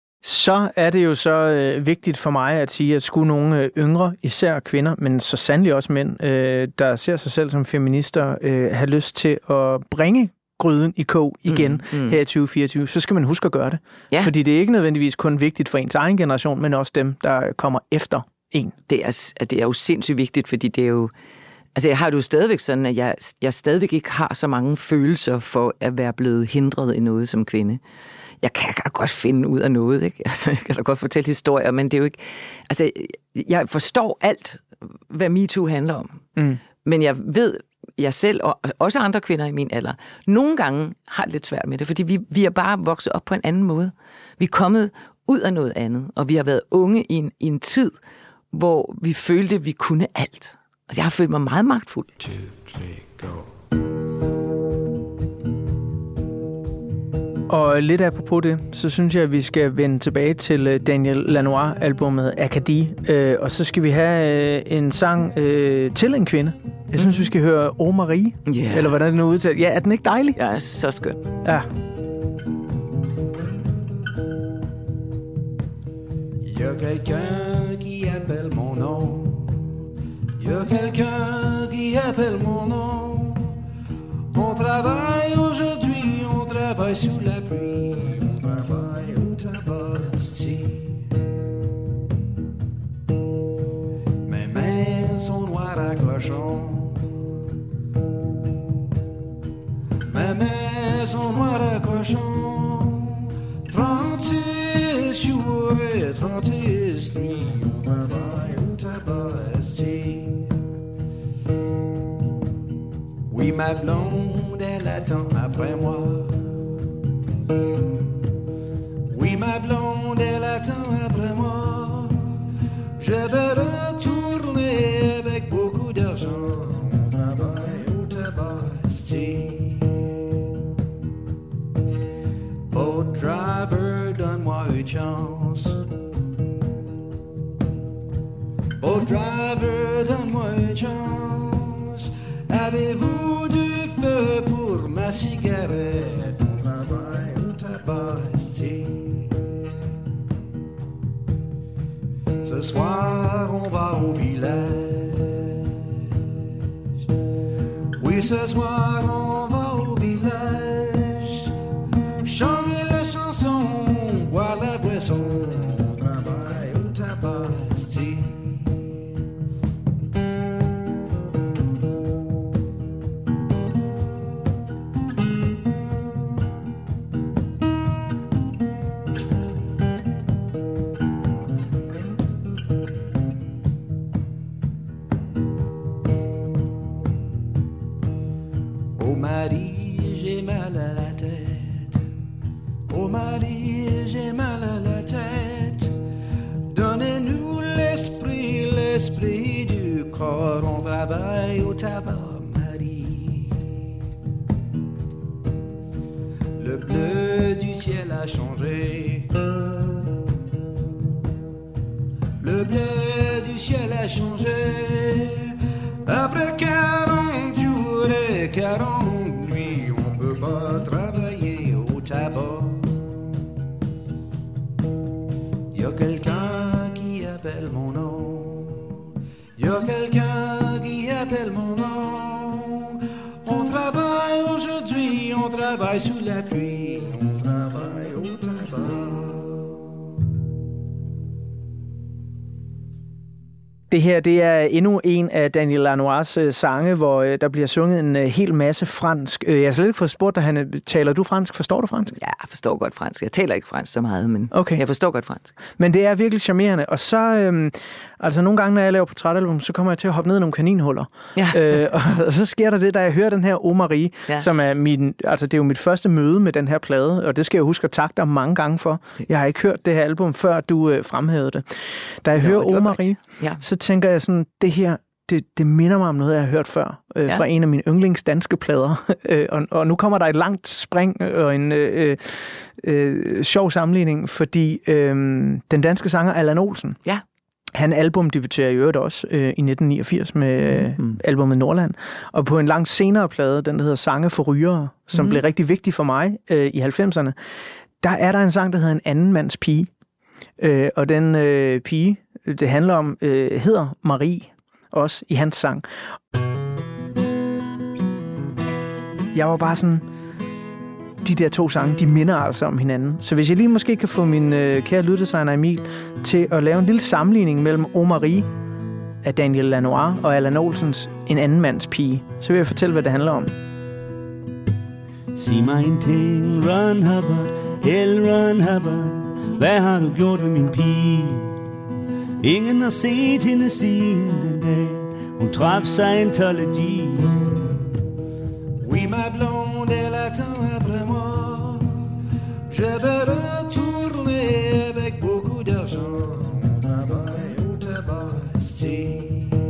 Så er det jo så øh, vigtigt for mig at sige, at skulle nogle øh, yngre, især kvinder, men så sandelig også mænd, øh, der ser sig selv som feminister, øh, have lyst til at bringe gryden i kog igen mm, mm. her i tyve fireogtyve, så skal man huske at gøre det. Ja. Fordi det er ikke nødvendigvis kun vigtigt for ens egen generation, men også dem, der kommer efter en. Det er, det er jo sindssygt vigtigt, fordi det er jo... Altså, jeg har det jo stadigvæk sådan, at jeg, jeg stadigvæk ikke har så mange følelser for at være blevet hindret i noget som kvinde. Jeg kan da godt finde ud af noget, ikke? Altså, jeg kan da godt fortælle historier, men det er jo ikke... Altså, jeg forstår alt, hvad MeToo handler om. Mm. Men jeg ved... jeg selv, og også andre kvinder i min alder, nogle gange har det lidt svært med det, fordi vi, vi er bare vokset op på en anden måde. Vi er kommet ud af noget andet, og vi har været unge i en, i en tid, hvor vi følte, at vi kunne alt. Altså, jeg har følt mig meget magtfuld. Two, three, go. Og lidt apropos det, så synes jeg, at vi skal vende tilbage til Daniel Lanois-albummet Acadie, og så skal vi have en sang til en kvinde. Jeg synes, vi skal høre O Marie, yeah. Eller hvordan det nu udtalt. Ja, er den ikke dejlig? Ja, så skøn. Ja. Y a quelqu'un qui appelle mon nom. Y a quelqu'un qui appelle mon nom. On travaille aujourd'hui, on travaille sous la pluie, on travaille au tabac. Mes mains sont noires à cochon. Mes mains sont noires à cochon. trente-six jours et trente-six nuits, on travaille au tabac. Oui, ma blonde, elle attend après moi. Oui, ma blonde, elle attend après moi. Je veux retourner avec beaucoup d'argent. On travaille au tabac. Oh, driver, donne-moi une chance. Oh, driver, donne-moi une chance. Avez-vous du feu pour ma cigarette? On travaille au tabac. Ce soir, on va au village. Oui, ce soir, on va au village. Chanter la chanson, boire la boisson. On travaille au tabac. Oh Marie, j'ai mal à la tête. Oh Marie, j'ai mal à la tête. Donnez-nous l'esprit, l'esprit du du corps, on travaille au tabac, Marie. Le bleu du ciel a changé. Le bleu du ciel a changé. Après quarante jours et quarante nuits, on peut pas travailler au tabac. Y a quelqu'un qui appelle mon nom. Y a quelqu'un qui appelle mon nom. On travaille aujourd'hui, on travaille sous la pluie, on travaille au tabac. Det her, det er endnu en af Daniel Lanois øh, sange, hvor øh, der bliver sunget en øh, hel masse fransk. Øh, jeg har slet ikke fået spurgt dig, Hanne, taler du fransk? Forstår du fransk? Ja, jeg forstår godt fransk. Jeg taler ikke fransk så meget, men okay. Jeg forstår godt fransk. Men det er virkelig charmerende. Og så, øh, altså nogle gange, når jeg laver portrætalbum, så kommer jeg til at hoppe ned i nogle kaninhuller. Ja. Øh, og, og så sker der det, da jeg hører den her O Marie, ja. som er min, altså det er jo mit første møde med den her plade, og det skal jeg huske at takke dig mange gange for. Jeg har ikke hørt det her album, før du øh, fremhævede det. Da jeg jo, hører O Marie, ja. så tænker jeg sådan, det her, det, det minder mig om noget, jeg har hørt før, øh, ja. fra en af mine yndlings danske plader. øh, og, og nu kommer der et langt spring og en øh, øh, sjov sammenligning, fordi øh, den danske sanger Allan Olsen, ja. han albumdebuterer i øvrigt også øh, i nitten niogfirs med mm. albumet Nordland. Og på en langt senere plade, den der hedder Sange for Rygere, som mm. blev rigtig vigtig for mig øh, i halvfemserne, der er der en sang, der hedder En anden mands pige. Øh, og den øh, pige, det handler om, øh, hedder Marie, også i hans sang. Jeg var bare sådan, de der to sange, de minder altså om hinanden. Så hvis jeg lige måske kan få min øh, kære lyddesigner Emil til at lave en lille sammenligning mellem O Marie af Daniel Lanois og Allan Olsens En anden mands pige, så vil jeg fortælle, hvad det handler om. Sig mig en ting, Ron Hubbard, El Ron Hubbard. Hvad har du gjort med min pige? Ingen har set hende siden den dag hun traf Scientology. Oui, ma blonde, elle attend après moi. Je veux retourner avec beaucoup d'argent. On travaille au tabac.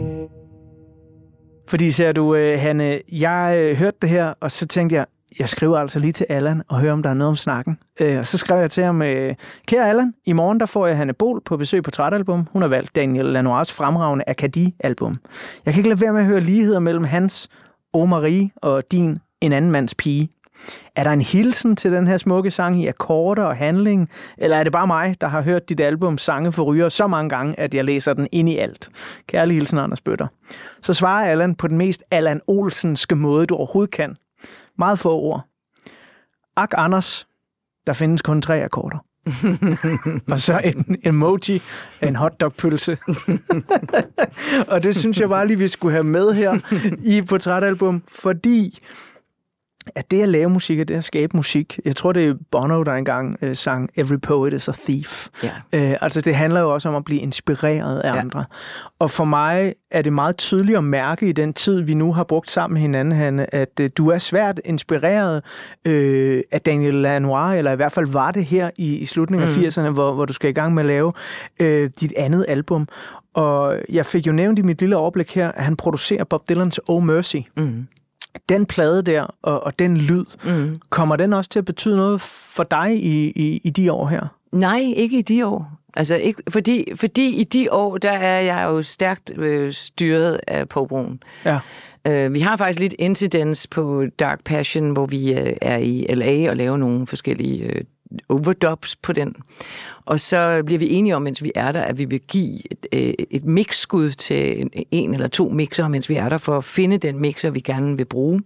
Fordi ser du, øh, Hanne, jeg øh, hørte det her, og så tænkte jeg, jeg skriver altså lige til Allan og hører, om der er noget om snakken. Øh, og så skrev jeg til ham, øh, kære Allan, i morgen der får jeg Hanne Bohl på besøg på Portrætalbum. Hun har valgt Daniel Lanois fremragende Acadie-album. Jeg kan ikke lade være med at høre ligheder mellem hans O Marie og din En anden mands pige. Er der en hilsen til den her smukke sang i akkorder og handling, eller er det bare mig, der har hørt dit album Sange for Rygere så mange gange, at jeg læser den ind i alt? Kærlig hilsen, Anders Bøtter. Så svarer Allan på den mest Allan Olsenske måde, du overhovedet kan. Meget få ord. Ak, Anders, der findes kun tre akkorder. Og så en emoji af en hotdogpølse. Og det synes jeg bare lige, vi skulle have med her i Portrætalbum, fordi at det at lave musik, og det at skabe musik, jeg tror, det er Bono, der engang øh, sang Every Poet is a Thief. Ja. Øh, altså, det handler jo også om at blive inspireret af ja. andre. Og for mig er det meget tydeligt at mærke i den tid, vi nu har brugt sammen med hinanden, Hanne, at øh, du er svært inspireret øh, af Daniel Lanois, eller i hvert fald var det her i, i slutningen mm. af firserne, hvor, hvor du skal i gang med at lave øh, dit andet album. Og jeg fik jo nævnt i mit lille overblik her, at han producerer Bob Dylans Oh Mercy. Mm. Den plade der, og, og den lyd, mm. kommer den også til at betyde noget for dig i, i, i de år her? Nej, ikke i de år. Altså, ikke, fordi, fordi i de år, der er jeg jo stærkt øh, styret af poproen. Ja. Uh, vi har faktisk lidt incidents på Dark Passion, hvor vi uh, er i L A og laver nogle forskellige uh, overdubs på den. Og så bliver vi enige om, mens vi er der, at vi vil give et, et mixskud til en eller to mixer, mens vi er der, for at finde den mixer, vi gerne vil bruge.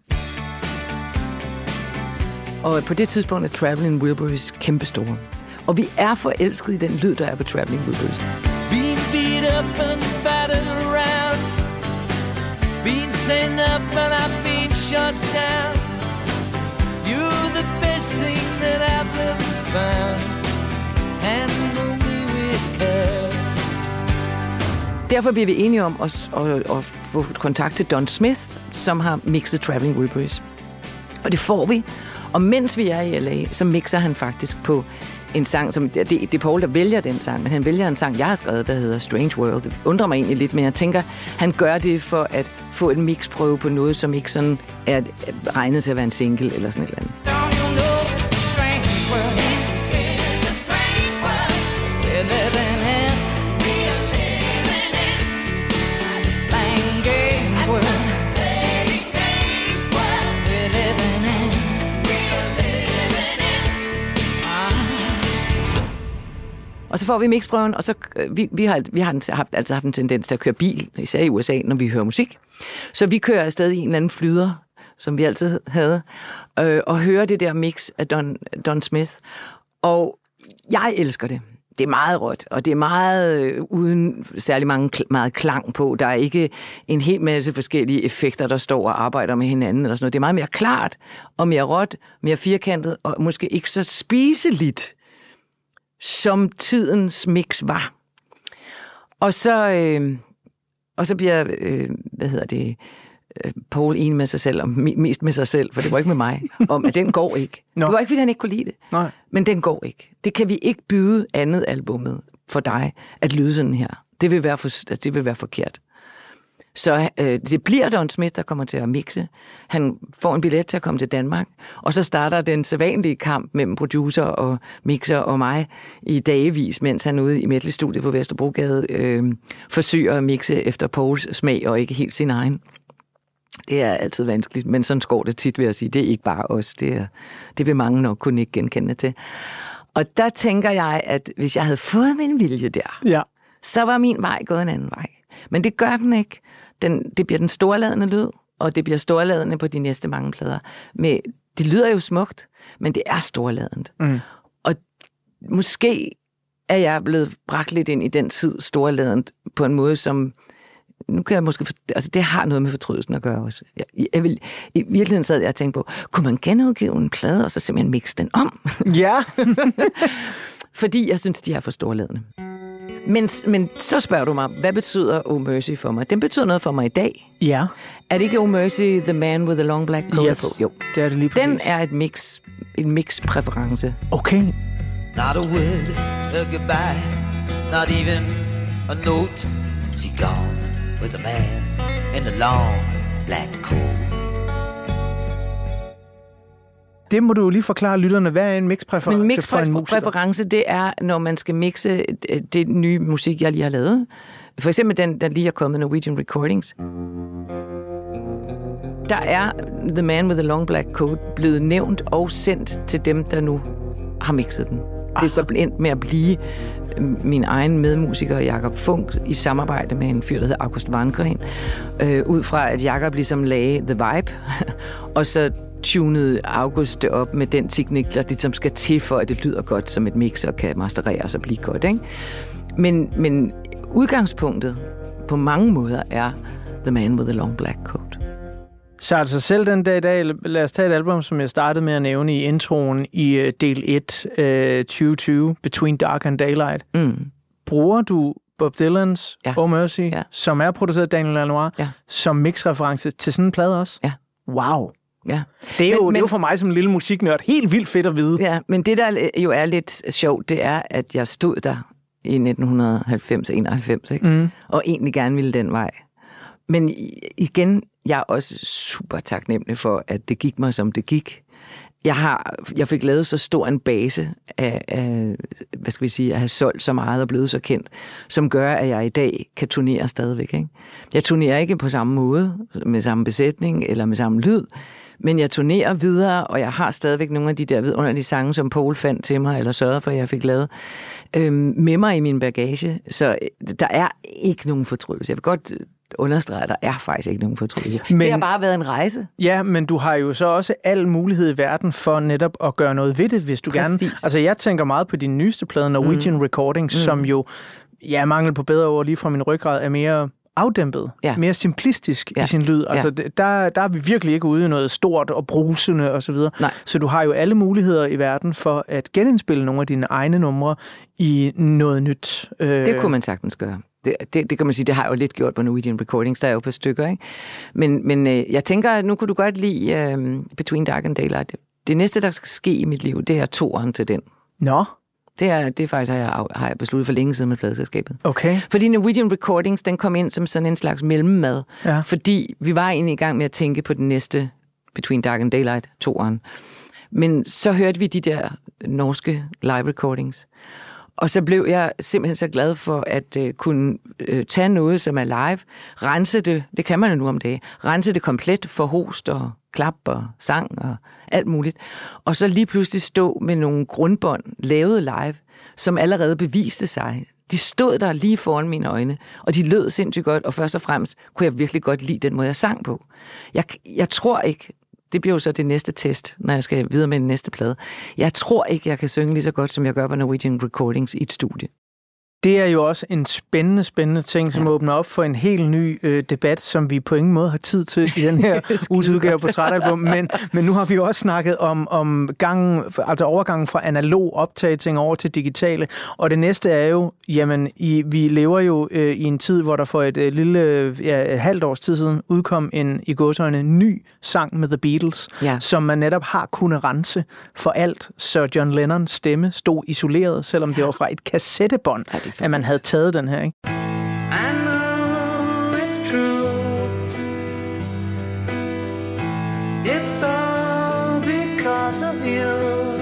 Og på det tidspunkt er Traveling Wilburys kæmpestore. Og vi er forelsket i den lyd, der er på Traveling Wilburys. Being beat up and battered around, being sent up and I've been shut down. You're the best thing that I've ever found. Handle me with care. Derfor bliver vi enige om at, at, at få kontakt til Don Smith, som har mixet Traveling Wilburys. Og det får vi. Og mens vi er i L A, så mixer han faktisk på en sang, som det, det er Paul, der vælger den sang, men han vælger en sang, jeg har skrevet, der hedder Strange World. Det undrer mig egentlig lidt, men jeg tænker, han gør det for at få en mixprøve på noget, som ikke sådan er regnet til at være en single eller sådan et eller andet. Og så får vi mixprøven, og så vi, vi har, vi har haft, altså haft en tendens til at køre bil, især i U S A, når vi hører musik. Så vi kører afsted i en eller anden flyder, som vi altid havde, øh, og hører det der mix af Don, Don Smith. Og jeg elsker det. Det er meget råt, og det er meget øh, uden særlig mange, meget klang på. Der er ikke en hel masse forskellige effekter, der står og arbejder med hinanden eller sådan noget. Det er meget mere klart og mere råt, mere firkantet og måske ikke så spiseligt, som tidens mix var. Og så, øh, og så bliver, øh, hvad hedder det, øh, Paul enig med sig selv, og mest med sig selv, for det var ikke med mig, om at den går ikke. No. Det var ikke, fordi han ikke kunne lide det, Nej. Men den går ikke. Det kan vi ikke byde andet albummet for dig, at lyde sådan her. Det vil være, for, det vil være forkert. Så øh, det bliver Don Smith, der kommer til at mixe. Han får en billet til at komme til Danmark, og så starter den sædvanlige kamp mellem producer og mixer og mig i dagevis, mens han ude i Medley-studiet på Vesterbrogade øh, forsøger at mixe efter Pauls smag og ikke helt sin egen. Det er altid vanskeligt, men sådan går det tit, vil jeg sige. Det er ikke bare os, det, er, det vil mange nok kunne ikke genkende til. Og der tænker jeg, at hvis jeg havde fået min vilje der, ja. så var min vej gået en anden vej. Men det gør den ikke. Den, det bliver den storladende lyd, og det bliver storladende på de næste mange plader. Med, det lyder jo smukt, men det er storladende. Mm. Og måske er jeg blevet bragt lidt ind i den tid storladende på en måde, som nu kan jeg måske, altså det har noget med fortrydelsen at gøre også. Jeg, jeg vil, i virkeligheden sad jeg og tænkte på, kunne man genudgive en plade, og så simpelthen mixe den om? Ja. Fordi jeg synes, de er for storladende. Men, men så spørger du mig, hvad betyder Oh Mercy for mig? Den betyder noget for mig i dag. Ja. Er det ikke Oh Mercy, The Man with the Long Black Coat? Yes, på? Jo, det er det lige præcis. Den er et mix, en mix-præference. Okay. Not a word, a goodbye, not even a note. She gone with the man in the long black coat. Det må du lige forklare lytterne. Hvad er en mixpræference en mix for en musiker? Præference, det er, når man skal mixe det nye musik, jeg lige har lavet. For eksempel den, der lige er kommet, Norwegian Recordings. Der er The Man with the Long Black Coat blevet nævnt og sendt til dem, der nu har mixet den. Det er så endt med at blive min egen medmusiker, Jakob Funk, i samarbejde med en fyr, der hedder August Warngren, øh, ud fra, at Jakob ligesom lagde The Vibe, og så tunede August det op med den teknik, der ligesom skal til for, at det lyder godt som et mix og kan mastereres og blive godt, ikke? Men, men udgangspunktet på mange måder er The Man with the Long Black Coat. Så altså selv den dag i dag, lad os tage et album, som jeg startede med at nævne i introen i uh, del et, uh, tyve tyve, Between Dark and Daylight. Mm. Bruger du Bob Dylans ja. Oh Mercy, ja. som er produceret af Daniel Lanois, ja. som mixreference til sådan en plade også? Ja. Wow. Ja. Det er, jo, men, det er jo for mig som en lille musiknørd helt vildt fedt at vide. Ja, men det der jo er lidt sjovt, det er, at jeg stod der i nitten halvfems enoghalvfems, ikke? Mm. og egentlig gerne ville den vej. Men igen, jeg er også super taknemmelig for, at det gik mig, som det gik. Jeg, har, jeg fik lavet så stor en base af, af, hvad skal vi sige, at have solgt så meget og blevet så kendt, som gør, at jeg i dag kan turnere stadigvæk. Ikke? Jeg turnerer ikke på samme måde, med samme besætning eller med samme lyd, men jeg turnerer videre, og jeg har stadigvæk nogle af de der vidunderlige sange, som Paul fandt til mig, eller sørgede for, at jeg fik lavet, øhm, med mig i min bagage. Så der er ikke nogen fortrydelse. Jeg vil godt understrege, at der er faktisk ikke nogen fortrydelse. Men, det har bare været en rejse. Ja, men du har jo så også al mulighed i verden for netop at gøre noget ved det, hvis du Præcis. gerne... Altså, jeg tænker meget på din nyeste plade, Norwegian mm. Recordings, mm. som jo, ja, mangel på bedre ord lige fra min ryggrad, er mere afdæmpet, ja. mere simplistisk ja. i sin lyd. Altså, ja. der, der er vi virkelig ikke ude i noget stort og brusende og så videre. Nej. Så du har jo alle muligheder i verden for at genindspille nogle af dine egne numre i noget nyt. Det kunne man sagtens gøre. Det, det, det kan man sige, det har jeg jo lidt gjort på Norwegian Recordings, der er jo på stykker, ikke? Men, men øh, jeg tænker, at nu kunne du godt lide øh, Between Dark and Daylight. Det næste, der skal ske i mit liv, det er toeren til den. Nå? Det er, det er faktisk, har jeg, har jeg besluttet for længe siden med pladeselskabet. Okay. Fordi Norwegian Recordings, den kom ind som sådan en slags mellemmad. Ja. Fordi vi var egentlig i gang med at tænke på den næste Between Dark and Daylight, toeren. Men så hørte vi de der norske live recordings. Og så blev jeg simpelthen så glad for at uh, kunne uh, tage noget, som er live, rense det, det kan man jo nu om dagen, rense det komplet for host og klap og sang og alt muligt. Og så lige pludselig stå med nogle grundbånd, lavet live, som allerede beviste sig. De stod der lige foran mine øjne, og de lød sindssygt godt, og først og fremmest kunne jeg virkelig godt lide den måde, jeg sang på. Jeg, jeg tror ikke, det bliver jo så det næste test, når jeg skal videre med den næste plade. Jeg tror ikke, jeg kan synge lige så godt, som jeg gør på Norwegian Recordings i et studie. Det er jo også en spændende, spændende ting, som ja. åbner op for en helt ny øh, debat, som vi på ingen måde har tid til i den her udgave på Portrætalbum. Men, men nu har vi jo også snakket om, om gangen, altså overgangen fra analog optagning over til digitale. Og det næste er jo, jamen, i, vi lever jo øh, i en tid, hvor der for et øh, lille, ja, et halvt års tid siden udkom en i gåseøjne ny sang med The Beatles, ja. som man netop har kunnet rense for alt. Sir John Lennons stemme stod isoleret, selvom det var fra et kassettebånd. Ja, at man havde taget den her, ikke? I know it's true. It's all because of you.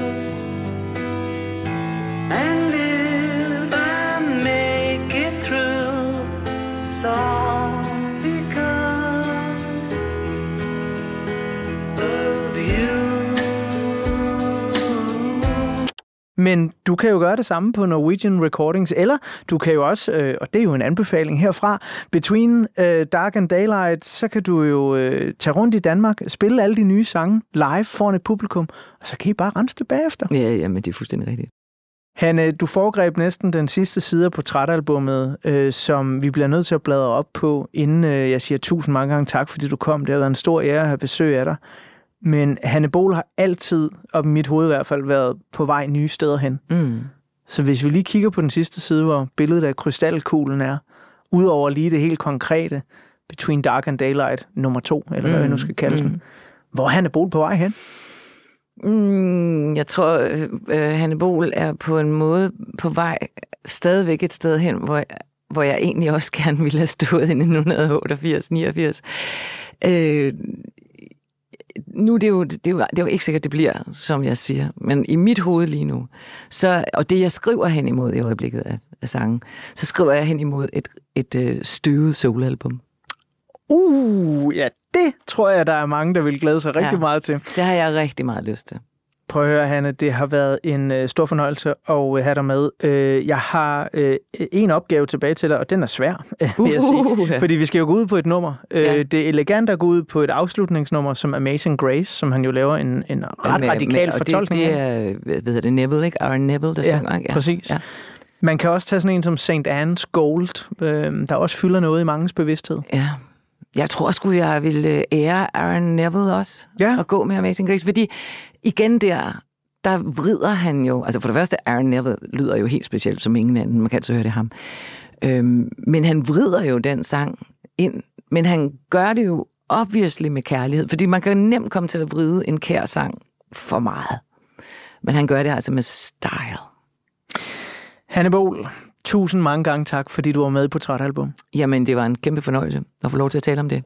And if I make it through, it's all because of you. Men du kan jo gøre det samme på Norwegian Recordings, eller du kan jo også, øh, og det er jo en anbefaling herfra, Between øh, Dark and Daylight, så kan du jo øh, tage rundt i Danmark, spille alle de nye sange live foran et publikum, og så kan I bare rense det bagefter. Ja, ja, men det er fuldstændig rigtigt. Hanne, du foregreb næsten den sidste side af portrætalbummet, øh, som vi bliver nødt til at bladre op på, inden øh, jeg siger tusind mange gange tak, fordi du kom. Det har været en stor ære at have besøg af dig. Men Hanne Bol har altid, og i mit hoved i hvert fald, været på vej nye steder hen. Mm. Så hvis vi lige kigger på den sidste side, hvor billedet af krystalkuglen er, udover lige det helt konkrete, Between Dark and Daylight nummer to, eller mm. hvad vi nu skal kalde mm. den. Hvor er Hanne Bol på vej hen? Mm, jeg tror, øh, Hanne Bol er på en måde på vej stadigvæk et sted hen, hvor jeg, hvor jeg egentlig også gerne ville have stået i nitten otteogfirs niogfirs. Øh, Nu det er, jo, det, er jo, det er jo ikke sikkert, det bliver, som jeg siger. Men i mit hoved lige nu, så, og det jeg skriver hen imod i øjeblikket af, af sangen, så skriver jeg hen imod et, et, et støvet soulalbum. Uh, ja, det tror jeg, der er mange, der vil glæde sig rigtig ja, meget til. Det har jeg rigtig meget lyst til. Prøv at høre, Hanne, det har været en øh, stor fornøjelse at have dig med. Øh, jeg har øh, en opgave tilbage til dig, og den er svær, vil jeg sige. Uh, Fordi vi skal jo gå ud på et nummer. Ja. Øh, det er elegant at gå ud på et afslutningsnummer som Amazing Grace, som han jo laver en, en ret med, radikal med, fortolkning. Det, det er, hvad hedder det, Neville, ikke? Aaron Neville, der ja, synger. Ja, præcis. Ja. Man kan også tage sådan en som Saint Anne's Gold, øh, der også fylder noget i manges bevidsthed. Ja. Jeg tror sgu, jeg ville ære Aaron Neville også, ja. og gå med Amazing Grace, fordi igen der, der vrider han jo, altså for det første, Aaron Neville lyder jo helt specielt som ingen anden, man kan altså høre det ham, øhm, men han vrider jo den sang ind, men han gør det jo obviously med kærlighed, fordi man kan nemt komme til at vride en kær sang for meget, men han gør det altså med style. Hanne Bol, tusind mange gange tak, fordi du var med i Portrætalbum. Jamen, det var en kæmpe fornøjelse at få lov til at tale om det.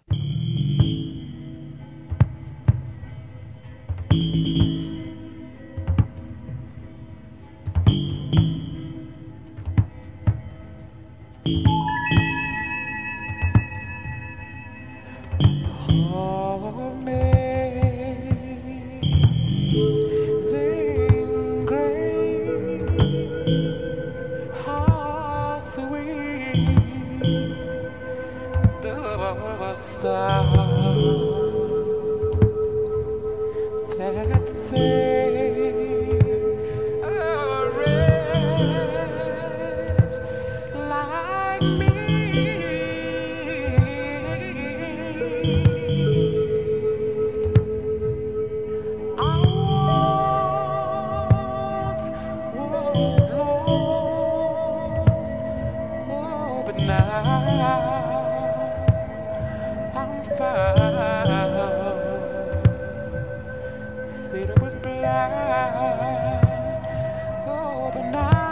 But now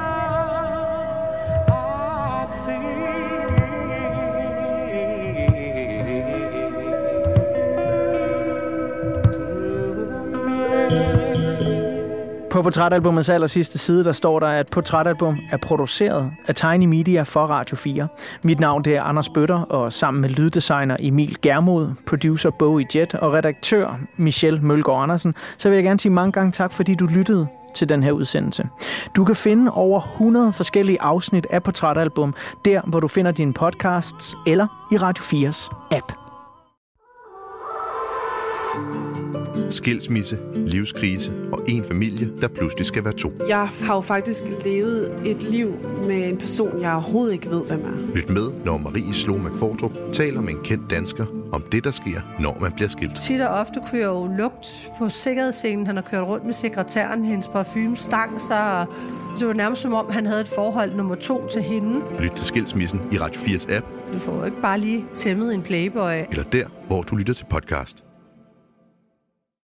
På portrætalbumets aller sidste side, der står der, at portrætalbum er produceret af Tiny Media for Radio fire. Mit navn det er Anders Bøtter, og sammen med lyddesigner Emil Germod, producer Bowie Jet og redaktør Michelle Mølgaard Andersen, så vil jeg gerne sige mange gange tak, fordi du lyttede til den her udsendelse. Du kan finde over hundrede forskellige afsnit af Portrætalbum, der hvor du finder dine podcasts, eller i Radio fires app. Skilsmisse, livskrise og en familie, der pludselig skal være to. Jeg har jo faktisk levet et liv med en person, jeg overhovedet ikke ved, hvem er. Lyt med, når Marie Sloma Kvartrup taler med en kendt dansker om det, der sker, når man bliver skilt. Tit og ofte kunne jeg jo lugt på sikkerhedsscenen. Han har kørt rundt med sekretæren, hendes parfume stank sig, og det var nærmest som om, han havde et forhold nummer to til hende. Lyt til Skilsmissen i Radio fires app. Du får jo ikke bare lige tæmmet en playboy. Eller der, hvor du lytter til podcast.